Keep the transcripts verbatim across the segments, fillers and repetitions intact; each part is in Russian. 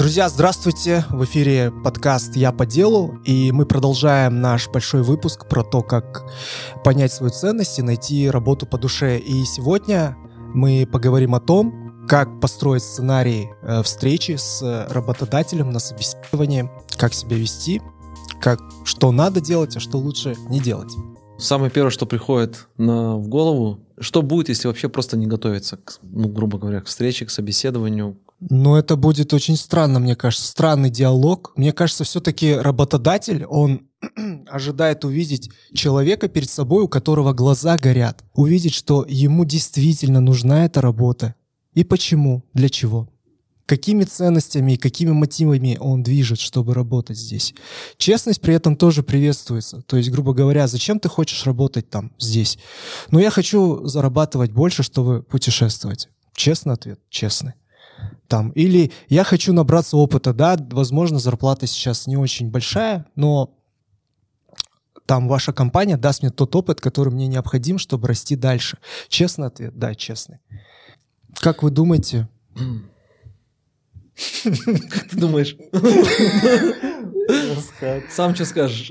Друзья, здравствуйте! В эфире подкаст «Я по делу», и мы продолжаем наш большой выпуск про то, как понять свою ценность и найти работу по душе. И сегодня мы поговорим о том, как построить сценарий э, встречи с работодателем на собеседовании, как себя вести, как, что надо делать, а что лучше не делать. Самое первое, что приходит на, в голову, что будет, если вообще просто не готовиться, к, ну, грубо говоря, к встрече, к собеседованию. Ну, это будет очень странно, мне кажется, странный диалог. Мне кажется, все-таки работодатель, он ожидает увидеть человека перед собой, у которого глаза горят, увидеть, что ему действительно нужна эта работа. И почему, для чего. Какими ценностями и какими мотивами он движет, чтобы работать здесь. Честность при этом тоже приветствуется. То есть, грубо говоря, зачем ты хочешь работать там, здесь? Ну, я хочу зарабатывать больше, чтобы путешествовать. Честный ответ, честный. Там. Или я хочу набраться опыта, да, возможно, зарплата сейчас не очень большая, но там ваша компания даст мне тот опыт, который мне необходим, чтобы расти дальше. Честный ответ, да, честный. Как вы думаете? Как ты думаешь? Сам что скажешь?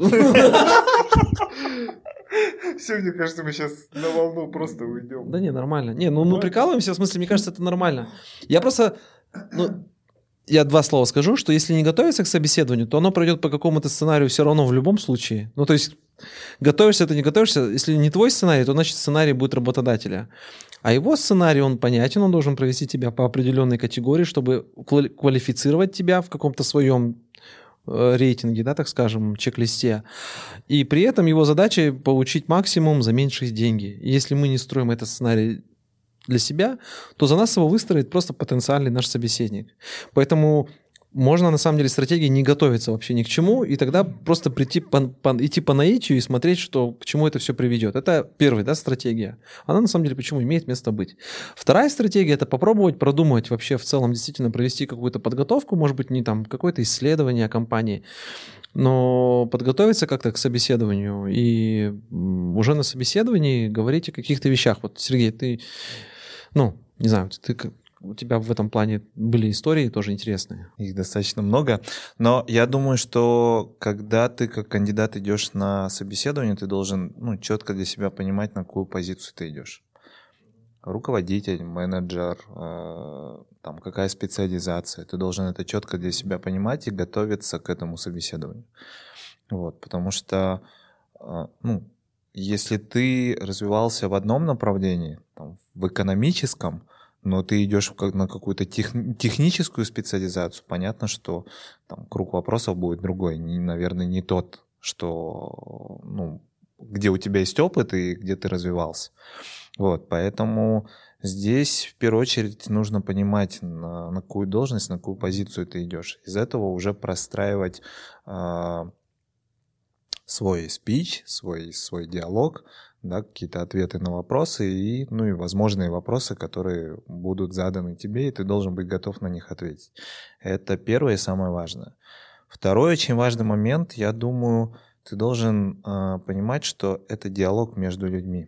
Все, мне кажется, мы сейчас на волну просто уйдем. Да не, нормально. Не, ну мы прикалываемся, в смысле, мне кажется, это нормально. Я просто, ну, я два слова скажу, что если не готовиться к собеседованию, то оно пройдет по какому-то сценарию все равно в любом случае. Ну, то есть, готовишься ты, не готовишься, если не твой сценарий, то, значит, сценарий будет работодателя. А его сценарий, он понятен, он должен провести тебя по определенной категории, чтобы квалифицировать тебя в каком-то своем рейтинге, да, так скажем, чек-листе. И при этом его задача получить максимум за меньшие деньги. И если мы не строим этот сценарий для себя, то за нас его выстроит просто потенциальный наш собеседник. Поэтому можно на самом деле стратегии не готовиться вообще ни к чему, и тогда просто прийти по, по, идти по наитию и смотреть, что, к чему это все приведет. Это первая, да, стратегия. Она на самом деле почему имеет место быть. Вторая стратегия – это попробовать продумать вообще в целом, действительно провести какую-то подготовку, может быть, не там какое-то исследование о компании, но подготовиться как-то к собеседованию и уже на собеседовании говорить о каких-то вещах. Вот, Сергей, ты, ну, не знаю, ты как... У тебя в этом плане были истории тоже интересные. Их достаточно много. Но я думаю, что когда ты как кандидат идешь на собеседование, ты должен, ну, четко для себя понимать, на какую позицию ты идешь. Руководитель, менеджер, э, там, какая специализация. Ты должен это четко для себя понимать и готовиться к этому собеседованию. Вот, потому что, э, ну, если ты развивался в одном направлении, там, в экономическом, но ты идешь на какую-то тех, техническую специализацию, понятно, что там круг вопросов будет другой, не, наверное, не тот, что, ну, где у тебя есть опыт и где ты развивался. Вот, поэтому здесь в первую очередь нужно понимать, на, на какую должность, на какую позицию ты идешь. Из этого уже простраивать э, свой спич, свой, свой диалог, да, какие-то ответы на вопросы и, ну, и возможные вопросы, которые будут заданы тебе, и ты должен быть готов на них ответить. Это первое и самое важное. Второй очень важный момент, я думаю, ты должен э, понимать, что это диалог между людьми.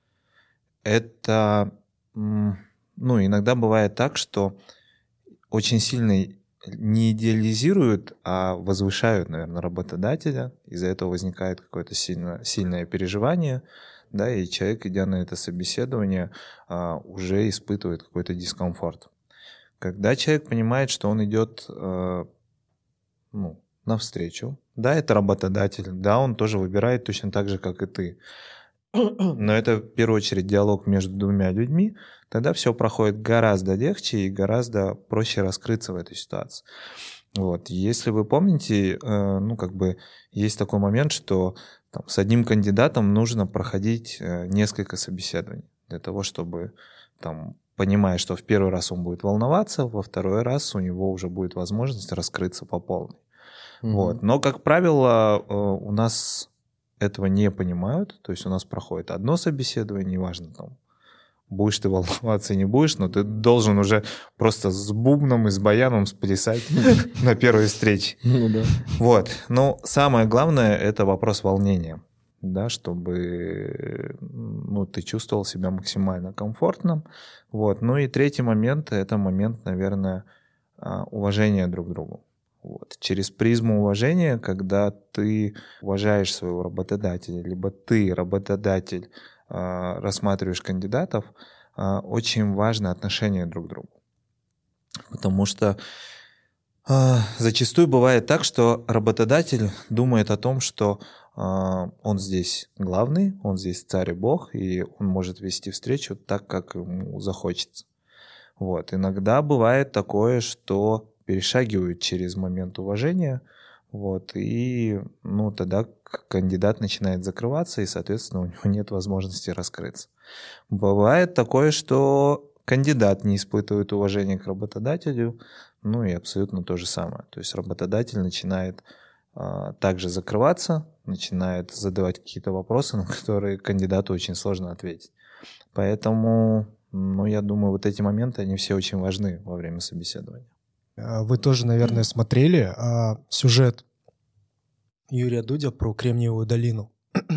Это, ну, иногда бывает так, что очень сильно не идеализируют, а возвышают, наверное, работодателя. Из-за этого возникает какое-то сильно, сильное переживание, да, и человек, идя на это собеседование, уже испытывает какой-то дискомфорт. Когда человек понимает, что он идет, ну, навстречу, да, это работодатель, да, он тоже выбирает точно так же, как и ты. Но это в первую очередь диалог между двумя людьми, тогда все проходит гораздо легче и гораздо проще раскрыться в этой ситуации. Вот. Если вы помните, ну, как бы есть такой момент, что там, с одним кандидатом нужно проходить несколько собеседований для того, чтобы, там, понимая, что в первый раз он будет волноваться, во второй раз у него уже будет возможность раскрыться по полной. Mm-hmm. Вот. Но, как правило, у нас этого не понимают, то есть у нас проходит одно собеседование, неважно, там, будешь ты волноваться, не будешь, но ты должен уже просто с бубном и с баяном сплясать на первой встрече. Ну да. Вот. Но самое главное — это вопрос волнения, да, чтобы, ну, ты чувствовал себя максимально комфортным. Вот. Ну и третий момент — это момент, наверное, а, уважение друг к другу. Вот. Через призму уважения, когда ты уважаешь своего работодателя, либо ты, работодатель, а, рассматриваешь кандидатов, а, очень важно отношение друг к другу. Потому что а, зачастую бывает так, что работодатель думает о том, что а, он здесь главный, он здесь царь и бог, и он может вести встречу так, как ему захочется. Вот. Иногда бывает такое, что перешагивают через момент уважения, вот, и ну, тогда кандидат начинает закрываться, и, соответственно, у него нет возможности раскрыться. Бывает такое, что кандидат не испытывает уважения к работодателю, ну и абсолютно то же самое. То есть работодатель начинает а, также закрываться, начинает задавать какие-то вопросы, на которые кандидату очень сложно ответить. Поэтому, ну, я думаю, вот эти моменты, они все очень важны во время собеседования. Вы тоже, наверное, смотрели а, сюжет Юрия Дудя про Кремниевую долину.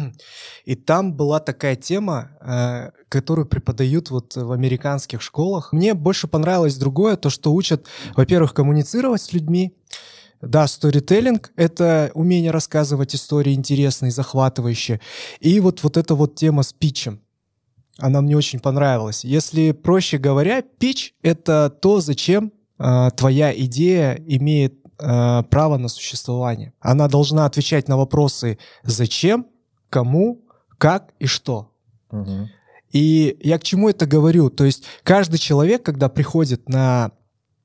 И там была такая тема, а, которую преподают вот в американских школах. Мне больше понравилось другое, то, что учат, во-первых, коммуницировать с людьми. Да, сторителлинг — это умение рассказывать истории интересные, захватывающие. И вот, вот эта вот тема с питчем. Она мне очень понравилась. Если проще говоря, питч — это то, зачем твоя идея имеет э, право на существование. Она должна отвечать на вопросы «зачем?», «кому?», «как?» и «что?». Угу. И я к чему это говорю? То есть каждый человек, когда приходит на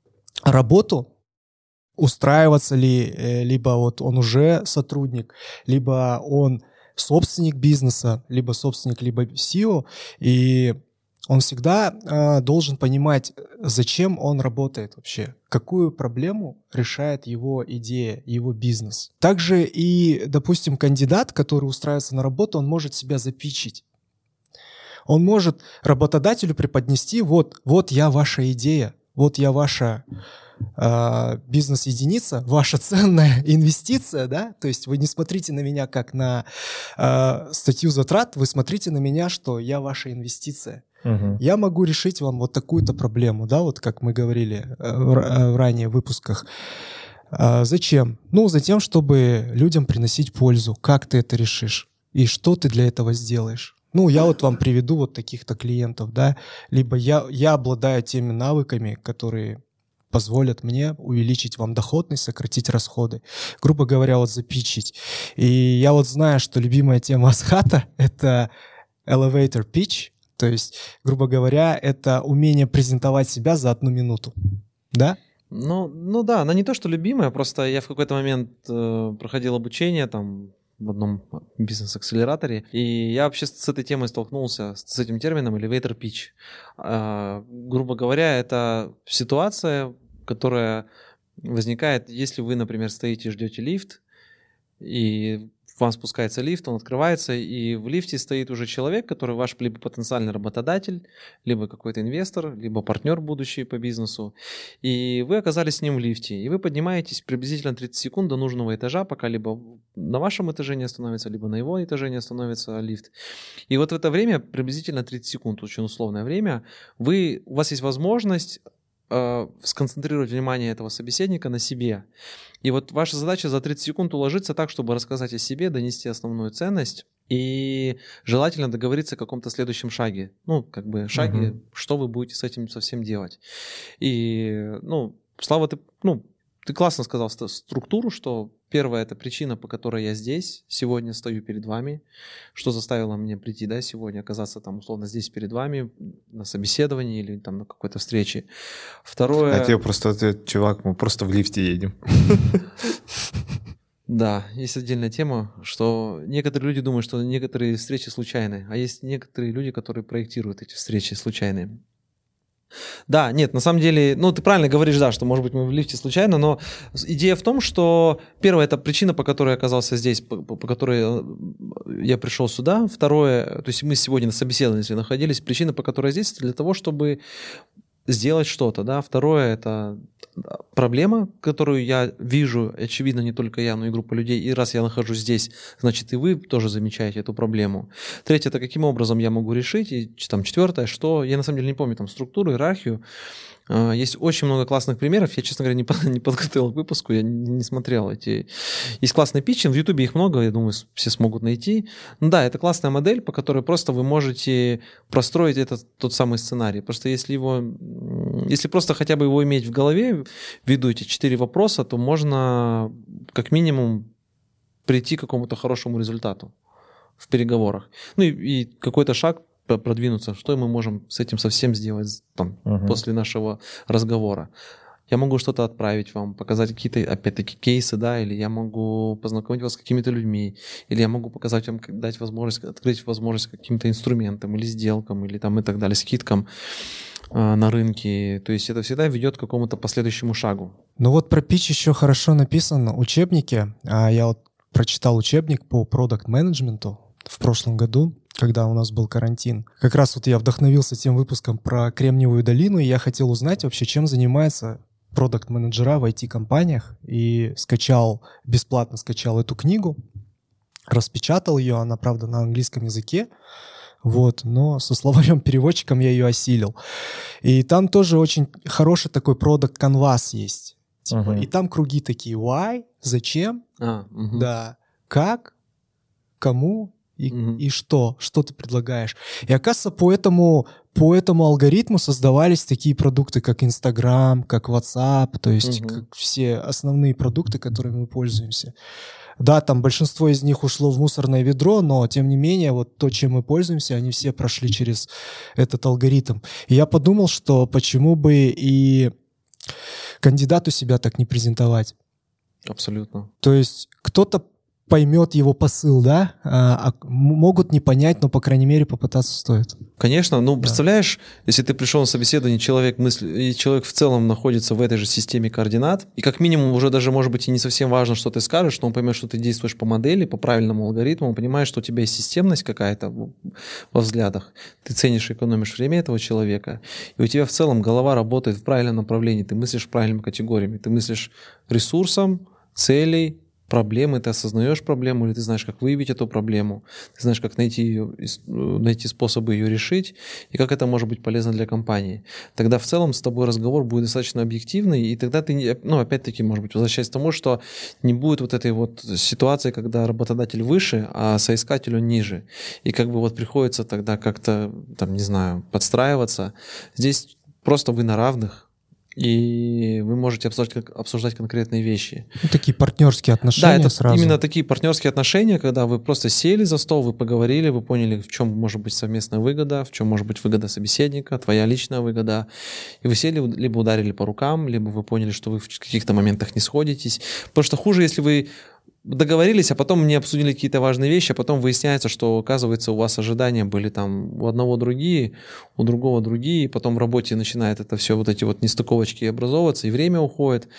работу, устраиваться ли, э, либо вот он уже сотрудник, либо он собственник бизнеса, либо собственник, либо си и о, и он всегда э, должен понимать, зачем он работает вообще, какую проблему решает его идея, его бизнес. Также и, допустим, кандидат, который устраивается на работу, он может себя запичить. Он может работодателю преподнести, вот, вот я ваша идея, вот я ваша э, бизнес-единица, ваша ценная инвестиция, да, то есть вы не смотрите на меня как на э, статью затрат, вы смотрите на меня, что я ваша инвестиция. Угу. Я могу решить вам вот такую-то проблему, да, вот как мы говорили в ранее выпусках. Зачем? Ну, затем, чтобы людям приносить пользу. Как ты это решишь? И что ты для этого сделаешь? Ну, я вот вам приведу вот таких-то клиентов, да, либо я, я обладаю теми навыками, которые позволят мне увеличить вам доходность, сократить расходы. Грубо говоря, вот запичить. И я вот знаю, что любимая тема Асхата — это elevator pitch. То есть, грубо говоря, это умение презентовать себя за одну минуту. Да? Ну, ну да, она не то, что любимая, просто я в какой-то момент э, проходил обучение там в одном бизнес-акселераторе, и я вообще с этой темой столкнулся, с этим термином elevator pitch. Э, грубо говоря, это ситуация, которая возникает, если вы, например, стоите и ждете лифт, и вам спускается лифт, он открывается, и в лифте стоит уже человек, который ваш либо потенциальный работодатель, либо какой-то инвестор, либо партнер будущий по бизнесу. И вы оказались с ним в лифте, и вы поднимаетесь приблизительно тридцать секунд до нужного этажа, пока либо на вашем этаже не остановится, либо на его этаже не остановится лифт. И вот в это время, приблизительно тридцать секунд, очень условное время, вы, у вас есть возможность э, сконцентрировать внимание этого собеседника на себе. И вот ваша задача за тридцать секунд уложиться так, чтобы рассказать о себе, донести основную ценность и желательно договориться о каком-то следующем шаге. Ну, как бы шаге, uh-huh. что вы будете с этим совсем делать. И, ну, Слава, ты, ну, ты классно сказал структуру, что первая — это причина, по которой я здесь, сегодня стою перед вами, что заставило меня прийти, да, сегодня, оказаться там, условно, здесь перед вами на собеседовании или там на какой-то встрече. Второе... А тебе просто ответ, чувак, мы просто в лифте едем. Да, есть отдельная тема, что некоторые люди думают, что некоторые встречи случайны, а есть некоторые люди, которые проектируют эти встречи случайные. Да, нет, на самом деле, ну, ты правильно говоришь, да, что, может быть, мы в лифте случайно, но идея в том, что, первое, это причина, по которой я оказался здесь, по, по которой я пришел сюда. Второе, то есть мы сегодня на собеседовании находились, причина, по которой я здесь, для того, чтобы сделать что-то, да. Второе, это проблема, которую я вижу, очевидно, не только я, но и группа людей, и раз я нахожусь здесь, значит, и вы тоже замечаете эту проблему. Третье, это каким образом я могу решить, и там четвертое, что, я на самом деле не помню там структуру, иерархию, Есть очень много классных примеров. Я, честно говоря, не, не подготовил к выпуску, я не, не смотрел эти. Есть классные питчи, в Ютубе их много, я думаю, все смогут найти. Ну да, это классная модель, по которой просто вы можете простроить этот тот самый сценарий. Просто если его, если просто хотя бы его иметь в голове, ввиду эти четыре вопроса, то можно как минимум прийти к какому-то хорошему результату в переговорах. Ну и, и какой-то шаг продвинуться, что мы можем с этим совсем сделать там, uh-huh. после нашего разговора. Я могу что-то отправить вам, показать какие-то, опять-таки, кейсы, да, или я могу познакомить вас с какими-то людьми, или я могу показать вам, дать возможность, открыть возможность каким-то инструментам или сделкам, или там и так далее, скидкам э, на рынке. То есть это всегда ведет к какому-то последующему шагу. Ну вот про питч еще хорошо написано в учебнике. Я вот прочитал учебник по продакт-менеджменту в прошлом году, когда у нас был карантин. Как раз вот я вдохновился тем выпуском про Кремниевую долину, и я хотел узнать вообще, чем занимаются продакт-менеджера в ай ти-компаниях, и скачал, бесплатно скачал эту книгу, распечатал ее, она, правда, на английском языке, вот, но со словарем-переводчиком я ее осилил. И там тоже очень хороший такой продакт-канвас есть. Типа, uh-huh. И там круги такие: why, зачем, uh-huh. да, как, кому, И, mm-hmm. и что? Что ты предлагаешь? И оказывается, по этому, по этому алгоритму создавались такие продукты, как Instagram, как WhatsApp, то есть mm-hmm. как все основные продукты, которыми мы пользуемся. Да, там большинство из них ушло в мусорное ведро, но тем не менее, вот то, чем мы пользуемся, они все прошли через этот алгоритм. И я подумал, что почему бы и кандидату себя так не презентовать. Абсолютно. То есть кто-то поймет его посыл, да, а, а могут не понять, но, по крайней мере, попытаться стоит. Конечно, ну, представляешь, да. Если ты пришел на собеседование, человек мысли, и человек в целом находится в этой же системе координат, и как минимум уже даже, может быть, и не совсем важно, что ты скажешь, что он поймет, что ты действуешь по модели, по правильному алгоритму, он понимает, что у тебя есть системность какая-то во взглядах, ты ценишь и экономишь время этого человека, и у тебя в целом голова работает в правильном направлении, ты мыслишь правильными категориями, ты мыслишь ресурсом, целей, проблемы, ты осознаешь проблему, или ты знаешь, как выявить эту проблему, ты знаешь, как найти ее, найти способы ее решить, и как это может быть полезно для компании. Тогда в целом с тобой разговор будет достаточно объективный, и тогда ты, ну, опять-таки, может быть, возвращаясь к тому, что не будет вот этой вот ситуации, когда работодатель выше, а соискатель он ниже. И как бы вот приходится тогда как-то, там, не знаю, подстраиваться. Здесь просто вы на равных, и вы можете обсуждать, обсуждать конкретные вещи. Ну, такие партнерские отношения. Да, это сразу. Именно такие партнерские отношения, когда вы просто сели за стол, вы поговорили, вы поняли, в чем может быть совместная выгода, в чем может быть выгода собеседника, твоя личная выгода. И вы сели, либо ударили по рукам, либо вы поняли, что вы в каких-то моментах не сходитесь. Потому что хуже, если вы договорились, а потом не обсудили какие-то важные вещи, а потом выясняется, что, оказывается, у вас ожидания были там у одного другие, у другого другие, и потом в работе начинает это все, вот эти вот нестыковочки образовываться, и время уходит.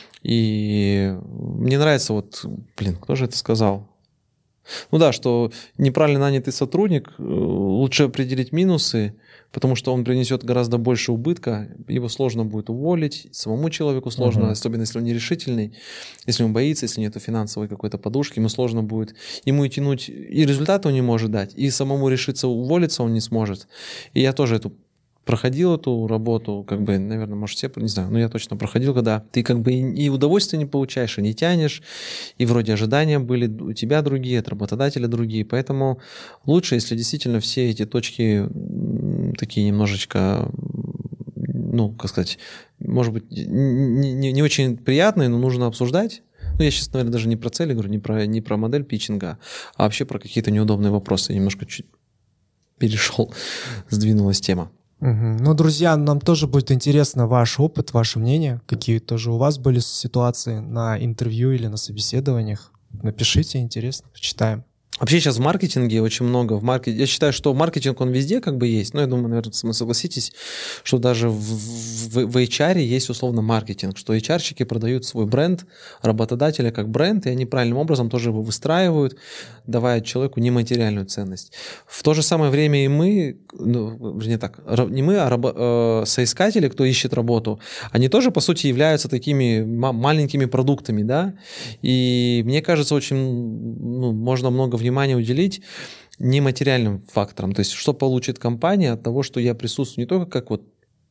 И мне нравится вот, блин, кто же это сказал? Ну да, что неправильно нанятый сотрудник, лучше определить минусы, потому что он принесет гораздо больше убытка, его сложно будет уволить, самому человеку сложно, uh-huh. особенно если он нерешительный, если он боится, если нет финансовой какой-то подушки, ему сложно будет, ему и тянуть, и результата он не может дать, и самому решиться уволиться он не сможет. И я тоже эту проходил эту работу, как бы, наверное, может, все, не знаю, но я точно проходил, когда ты как бы и удовольствия не получаешь, и не тянешь, и вроде ожидания были у тебя другие, от работодателя другие, поэтому лучше, если действительно все эти точки такие немножечко, ну, как сказать, может быть, не, не, не очень приятные, но нужно обсуждать. Ну, я сейчас, наверное, даже не про цели говорю, не про, не про модель питчинга, а вообще про какие-то неудобные вопросы. Я немножко чуть перешел, сдвинулась тема. Угу. Ну, друзья, нам тоже будет интересно ваш опыт, ваше мнение, какие тоже у вас были ситуации на интервью или на собеседованиях. Напишите, интересно, почитаем. Вообще сейчас в маркетинге очень много. В маркет... Я считаю, что маркетинг, он везде как бы есть. Но я думаю, наверное, вы согласитесь, что даже в, в, в эйч ар есть условно маркетинг, что эйч ар-щики продают свой бренд работодателя как бренд, и они правильным образом тоже его выстраивают, давая человеку нематериальную ценность. В то же самое время и мы, ну, вернее так, не мы, а рабо... соискатели, кто ищет работу, они тоже, по сути, являются такими маленькими продуктами, да, и мне кажется, очень, ну, можно много внимания внимание уделить нематериальным факторам. То есть, что получит компания от того, что я присутствую не только как вот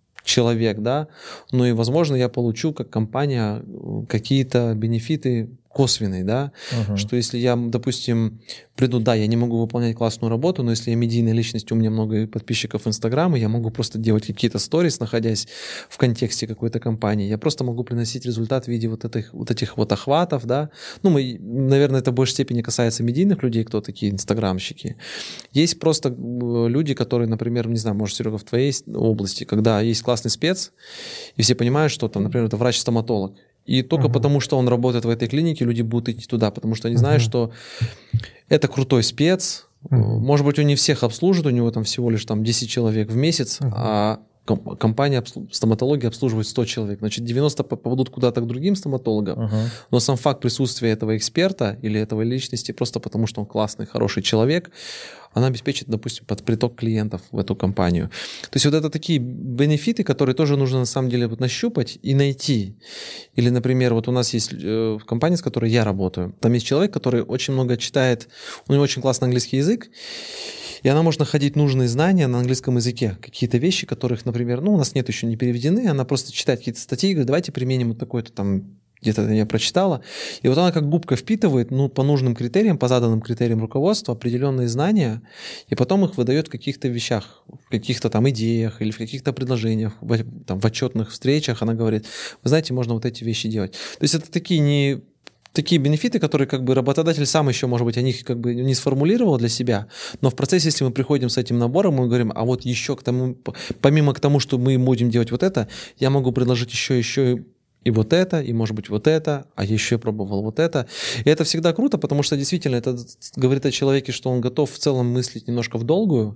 человек, да, но и, возможно, я получу как компания какие-то бенефиты косвенные, да, uh-huh. что если я, допустим, приду, да, я не могу выполнять классную работу, но если я медийная личность, у меня много подписчиков в Инстаграме, я могу просто делать какие-то сторис, находясь в контексте какой-то компании, я просто могу приносить результат в виде вот этих вот, этих вот охватов, да, ну, мы, наверное, это в большей степени касается медийных людей, кто такие инстаграмщики. Есть просто люди, которые, например, не знаю, может, Серега, в твоей области, когда есть классный спец, и все понимают, что там, например, это врач-стоматолог, и только uh-huh. потому, что он работает в этой клинике, люди будут идти туда, потому что они uh-huh. знают, что это крутой спец. Uh-huh. Может быть, он не всех обслужит, у него там всего лишь там, десять человек в месяц, uh-huh. а компания обслу... стоматологии обслуживает сто человек. Значит, девяносто попадут куда-то к другим стоматологам, uh-huh. но сам факт присутствия этого эксперта или этого личности, просто потому что он классный, хороший человек, она обеспечит, допустим, под приток клиентов в эту компанию. То есть вот это такие бенефиты, которые тоже нужно на самом деле вот нащупать и найти. Или, например, вот у нас есть э, компания, с которой я работаю. Там есть человек, который очень много читает, у него очень классный английский язык, и она может находить нужные знания на английском языке. Какие-то вещи, которых, например, ну, у нас нет еще не переведены, она просто читает какие-то статьи и говорит, давайте применим вот такой-то там, где-то я прочитала. И вот она как губка впитывает, ну, по нужным критериям, по заданным критериям руководства определенные знания, и потом их выдает в каких-то вещах, в каких-то там идеях или в каких-то предложениях, в, там, в отчетных встречах. Она говорит, вы знаете, можно вот эти вещи делать. То есть это такие не... Такие бенефиты, которые как бы работодатель сам еще, может быть, о них как бы не сформулировал для себя, но в процессе, если мы приходим с этим набором, мы говорим, а вот еще к тому, помимо к тому, что мы будем делать вот это, я могу предложить еще, еще и вот это, и может быть вот это, а я еще пробовал вот это. И это всегда круто, потому что действительно это говорит о человеке, что он готов в целом мыслить немножко в долгую,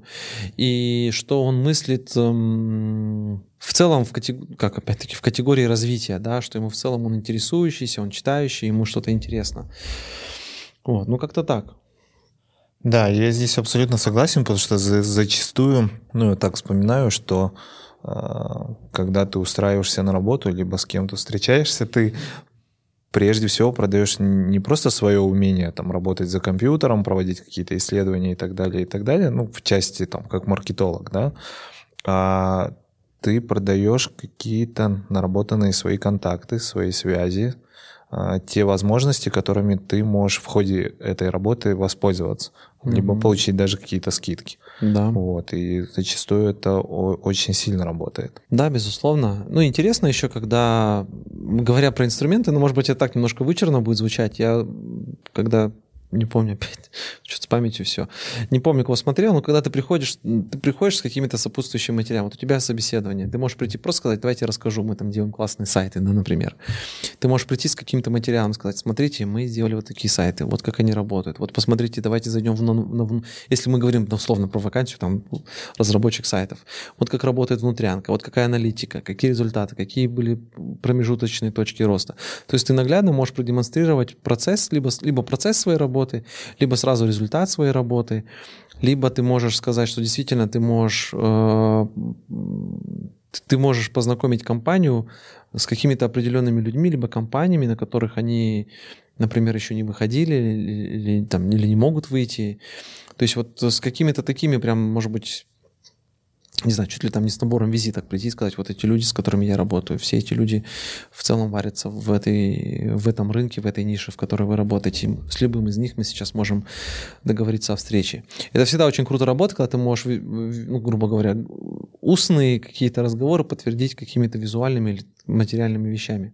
и что он мыслит эм, в целом, в категории, как опять-таки, в категории развития, да, что ему в целом он интересующийся, он читающий, ему что-то интересно. Вот, ну как-то так. Да, я здесь абсолютно согласен, потому что за, зачастую, ну я так вспоминаю, что когда ты устраиваешься на работу, либо с кем-то встречаешься, ты прежде всего продаешь не просто свое умение там, работать за компьютером, проводить какие-то исследования и так далее, и так далее, ну, в части там, как маркетолог, да, а ты продаешь какие-то наработанные свои контакты, свои связи, те возможности, которыми ты можешь в ходе этой работы воспользоваться, mm-hmm. либо получить даже какие-то скидки. Да. Вот, и зачастую это очень сильно работает. Да, безусловно. Ну, интересно еще, когда, говоря про инструменты, ну, может быть, это так немножко вычурно будет звучать, я когда... Не помню опять, что-то с памятью все. Не помню, кого смотрел, но когда ты приходишь, ты приходишь с какими-то сопутствующими материалами. Вот у тебя собеседование. Ты можешь прийти просто сказать, давайте я расскажу, мы там делаем классные сайты, да, например. Ты можешь прийти с каким-то материалом, сказать, смотрите, мы сделали вот такие сайты, вот как они работают. Вот посмотрите, давайте зайдем в... в, в если мы говорим условно про вакансию, там, разработчик сайтов. Вот как работает внутрянка, вот какая аналитика, какие результаты, какие были промежуточные точки роста. То есть ты наглядно можешь продемонстрировать процесс, либо, либо процесс своей работы, либо сразу результат своей работы, либо ты можешь сказать, что действительно ты можешь, э, ты можешь познакомить компанию с какими-то определенными людьми, либо компаниями, на которых они, например, еще не выходили или, или, там, или не могут выйти. То есть вот с какими-то такими прям, может быть, не знаю, чуть ли там не с набором визиток прийти и сказать, вот эти люди, с которыми я работаю, все эти люди в целом варятся в, этой, в этом рынке, в этой нише, в которой вы работаете. С любым из них мы сейчас можем договориться о встрече. Это всегда очень круто работает, когда ты можешь, ну, грубо говоря, устные какие-то разговоры подтвердить какими-то визуальными или материальными вещами.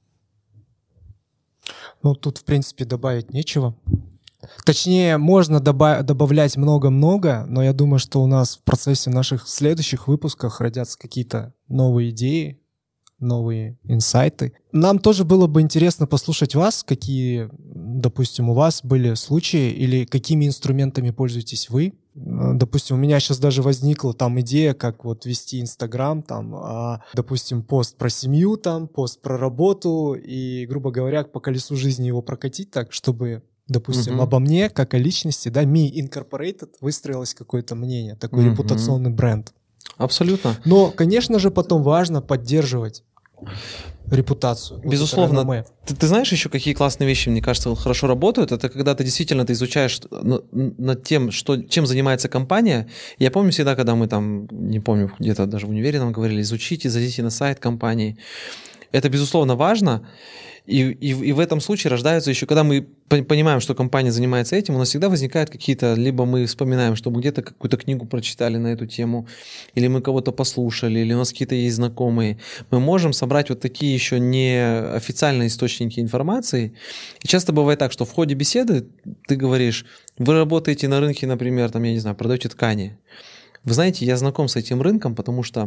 Ну, тут, в принципе, добавить нечего. Точнее, можно доба- добавлять много-много, но я думаю, что у нас в процессе наших следующих выпусков родятся какие-то новые идеи, новые инсайты. Нам тоже было бы интересно послушать вас, какие, допустим, у вас были случаи или какими инструментами пользуетесь вы. Допустим, у меня сейчас даже возникла там идея, как вот вести Инстаграм, там, а, допустим, пост про семью, там, пост про работу и, грубо говоря, по колесу жизни его прокатить так, чтобы... Допустим, uh-huh. обо мне, как о личности, да, Me Incorporated, выстроилось какое-то мнение, такой uh-huh. репутационный бренд. Абсолютно. Но, конечно же, потом важно поддерживать репутацию. Безусловно. Вот ты, ты знаешь еще, какие классные вещи, мне кажется, хорошо работают? Это когда ты действительно ты изучаешь над тем, что, чем занимается компания. Я помню всегда, когда мы там, не помню, где-то даже в универе нам говорили, изучите, зайдите на сайт компании. Это, безусловно, важно. И, и, и в этом случае рождаются еще, когда мы понимаем, что компания занимается этим, у нас всегда возникают какие-то, либо мы вспоминаем, что мы где-то какую-то книгу прочитали на эту тему, или мы кого-то послушали, или у нас какие-то есть знакомые. Мы можем собрать вот такие еще неофициальные источники информации. И часто бывает так, что в ходе беседы ты говоришь, вы работаете на рынке, например, там, я не знаю, продаете ткани. Вы знаете, я знаком с этим рынком, потому что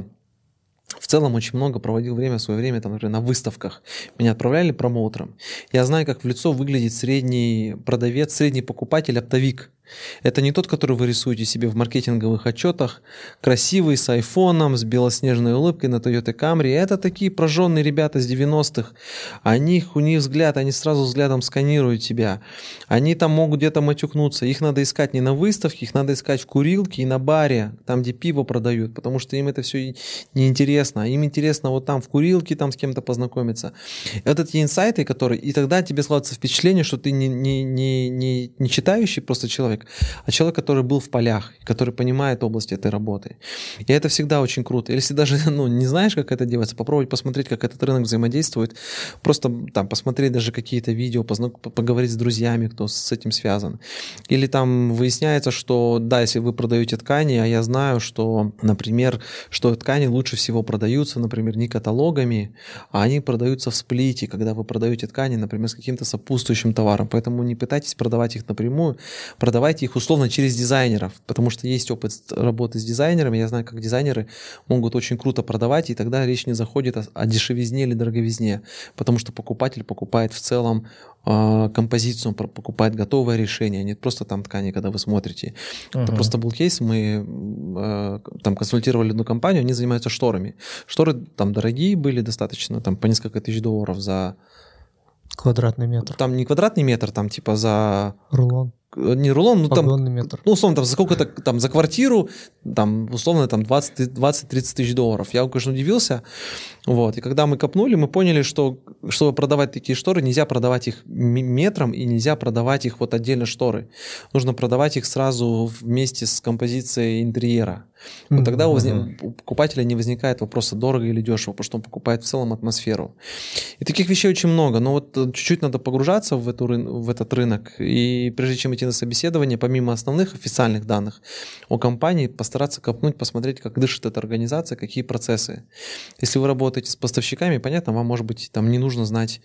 в целом очень много проводил время в свое время там, например, на выставках. Меня отправляли промоутером. Я знаю, как в лицо выглядит средний продавец, средний покупатель, оптовик. Это не тот, который вы рисуете себе в маркетинговых отчетах, красивый, с айфоном, с белоснежной улыбкой на Toyota Camry. Это такие прожженные ребята с девяностых. Они, у них взгляд, они сразу взглядом сканируют тебя. Они там могут где-то матюкнуться. Их надо искать не на выставке, их надо искать в курилке и на баре, там, где пиво продают, потому что им это все неинтересно. Им интересно вот там в курилке там с кем-то познакомиться. Это те инсайты, которые... И тогда тебе складывается впечатление, что ты не, не, не, не, не читающий просто человек, а человек, который был в полях, который понимает область этой работы. И это всегда очень круто. Если даже ну, не знаешь, как это делается, попробовать посмотреть, как этот рынок взаимодействует, просто там посмотреть даже какие-то видео, познак... поговорить с друзьями, кто с этим связан. Или там выясняется, что да, если вы продаете ткани, а я знаю, что, например, что ткани лучше всего продаются, например, не каталогами, а они продаются в сплите, когда вы продаете ткани, например, с каким-то сопутствующим товаром. Поэтому не пытайтесь продавать их напрямую, продавайте их условно через дизайнеров, потому что есть опыт работы с дизайнерами, я знаю, как дизайнеры могут очень круто продавать, и тогда речь не заходит о, о дешевизне или дороговизне, потому что покупатель покупает в целом э, композицию, он покупает готовое решение, а не просто там ткани, когда вы смотрите. Uh-huh. Это просто был кейс, мы э, там консультировали одну компанию, они занимаются шторами. Шторы там дорогие были достаточно, там по несколько тысяч долларов за... Квадратный метр. Там не квадратный метр, там типа за... Рулон. Не рулон, ну там, метр. ну условно там за сколько-то там за квартиру, там условно там двадцать-тридцать тысяч долларов. Я, конечно, удивился, вот. И когда мы копнули, мы поняли, что чтобы продавать такие шторы, нельзя продавать их метром и нельзя продавать их вот отдельно шторы. Нужно продавать их сразу вместе с композицией интерьера. Вот mm-hmm. тогда у, возник, у покупателя не возникает вопроса, дорого или дешево, потому что он покупает в целом атмосферу. И таких вещей очень много, но вот чуть-чуть надо погружаться в, эту, в этот рынок, и прежде чем идти на собеседование, помимо основных официальных данных о компании, постараться копнуть, посмотреть, как дышит эта организация, какие процессы. Если вы работаете с поставщиками, понятно, вам, может быть, там не нужно знать,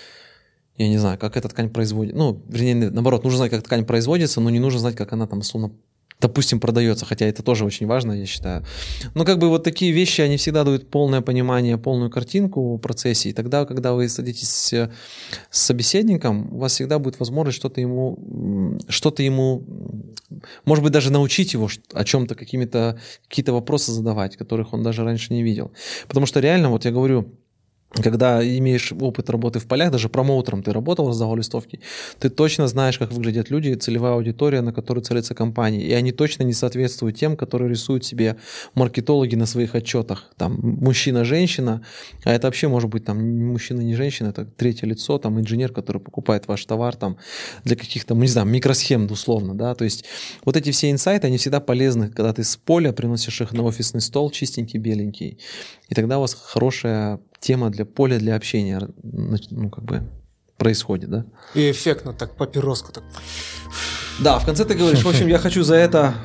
я не знаю, как эта ткань производится. Ну, вернее, наоборот, нужно знать, как ткань производится, но не нужно знать, как она там, условно, допустим, продается, хотя это тоже очень важно, я считаю. Но как бы вот такие вещи, они всегда дают полное понимание, полную картинку о процессе. И тогда, когда вы садитесь с, с собеседником, у вас всегда будет возможность что-то ему, что-то ему, может быть, даже научить его о чем-то, какими-то, какие-то вопросы задавать, которых он даже раньше не видел. Потому что реально, вот я говорю, когда имеешь опыт работы в полях, даже промоутером ты работал, раздавал листовки, ты точно знаешь, как выглядят люди, целевая аудитория, на которую целится компания. И они точно не соответствуют тем, которые рисуют себе маркетологи на своих отчетах. Там мужчина-женщина, а это вообще может быть там мужчина, не женщина, это третье лицо, там инженер, который покупает ваш товар там для каких-то, не знаю, микросхем условно, да. То есть вот эти все инсайты, они всегда полезны, когда ты с поля приносишь их на офисный стол, чистенький, беленький. И тогда у вас хорошая тема для поля, для общения, ну, как бы происходит, да? И эффектно так, папироску так. Да, в конце ты говоришь, в общем, я хочу за это...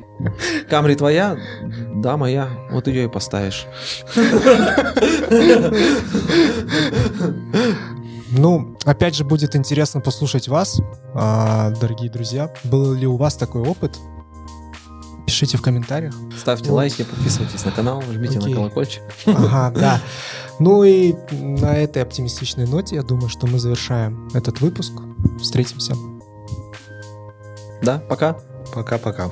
Камри твоя? Да, моя. Вот ее и поставишь. Ну, опять же, будет интересно послушать вас, дорогие друзья. Был ли у вас такой опыт? Пишите в комментариях. Ставьте вот. лайки, подписывайтесь на канал, жмите okay. на колокольчик. Ага, да. Ну и на этой оптимистичной ноте, я думаю, что мы завершаем этот выпуск. Встретимся. Да, пока. Пока-пока.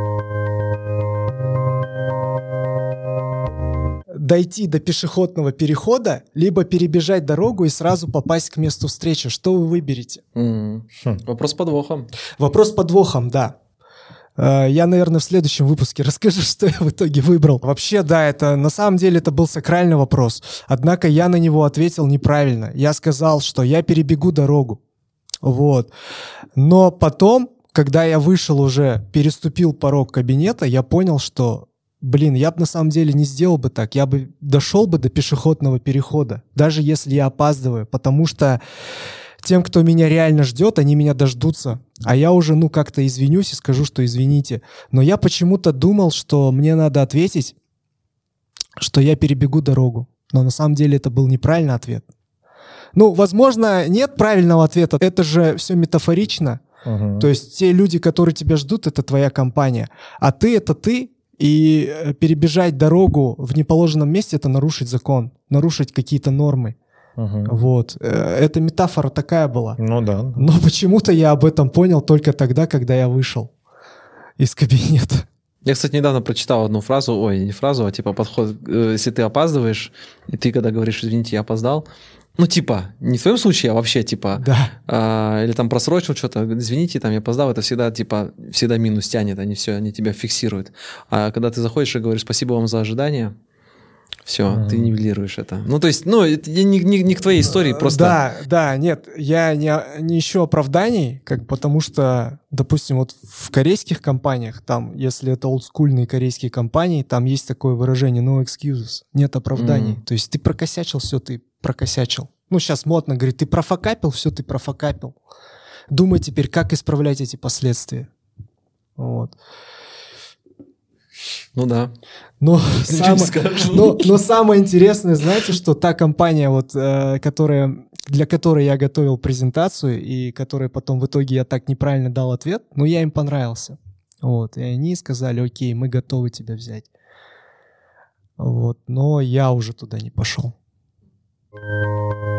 Дойти до пешеходного перехода, либо перебежать дорогу и сразу попасть к месту встречи. Что вы выберете? Mm-hmm. Хм. Вопрос с подвохом. Вопрос с подвохом, да. Я, наверное, в следующем выпуске расскажу, что я в итоге выбрал. Вообще, да, это на самом деле это был сакральный вопрос. Однако я на него ответил неправильно. Я сказал, что я перебегу дорогу. Вот. Но потом, когда я вышел уже, переступил порог кабинета, я понял, что, блин, я бы на самом деле не сделал бы так. Я бы дошел бы до пешеходного перехода, даже если я опаздываю, потому что тем, кто меня реально ждет, они меня дождутся. А я уже, ну, как-то извинюсь и скажу, что извините. Но я почему-то думал, что мне надо ответить, что я перебегу дорогу. Но на самом деле это был неправильный ответ. Ну, возможно, нет правильного ответа. Это же все метафорично. Uh-huh. То есть те люди, которые тебя ждут, это твоя компания. А ты — это ты. И перебежать дорогу в неположенном месте — это нарушить закон, нарушить какие-то нормы. Uh-huh. Вот. Эта метафора такая была. Ну да. Но почему-то я об этом понял только тогда, когда я вышел из кабинета. Я, кстати, недавно прочитал одну фразу, ой, не фразу, а типа подход, если ты опаздываешь, и ты когда говоришь, извините, я опоздал, ну типа, не в твоем случае, а вообще типа, да. а, или там просрочил что-то, извините, там я опоздал, это всегда типа, всегда минус тянет, они все, они тебя фиксируют. А когда ты заходишь и говоришь спасибо вам за ожидание, все, mm-hmm. ты нивелируешь это. Ну, то есть, ну, это не, не, не к твоей истории, просто... Да, да, нет, я не, не ищу оправданий, как, потому что, допустим, вот в корейских компаниях, там, если это олдскульные корейские компании, там есть такое выражение no excuses, нет оправданий. Mm-hmm. То есть ты прокосячил, все, ты прокосячил. Ну, сейчас модно говорить, ты профокапил, все, ты профокапил. Думай теперь, как исправлять эти последствия. Вот. Ну да. Но, самое, но, но самое интересное, знаете, что та компания, вот, э, которая, для которой я готовил презентацию и которой потом в итоге я так неправильно дал ответ, но я им понравился. Вот, и они сказали, окей, мы готовы тебя взять. Вот, но я уже туда не пошел.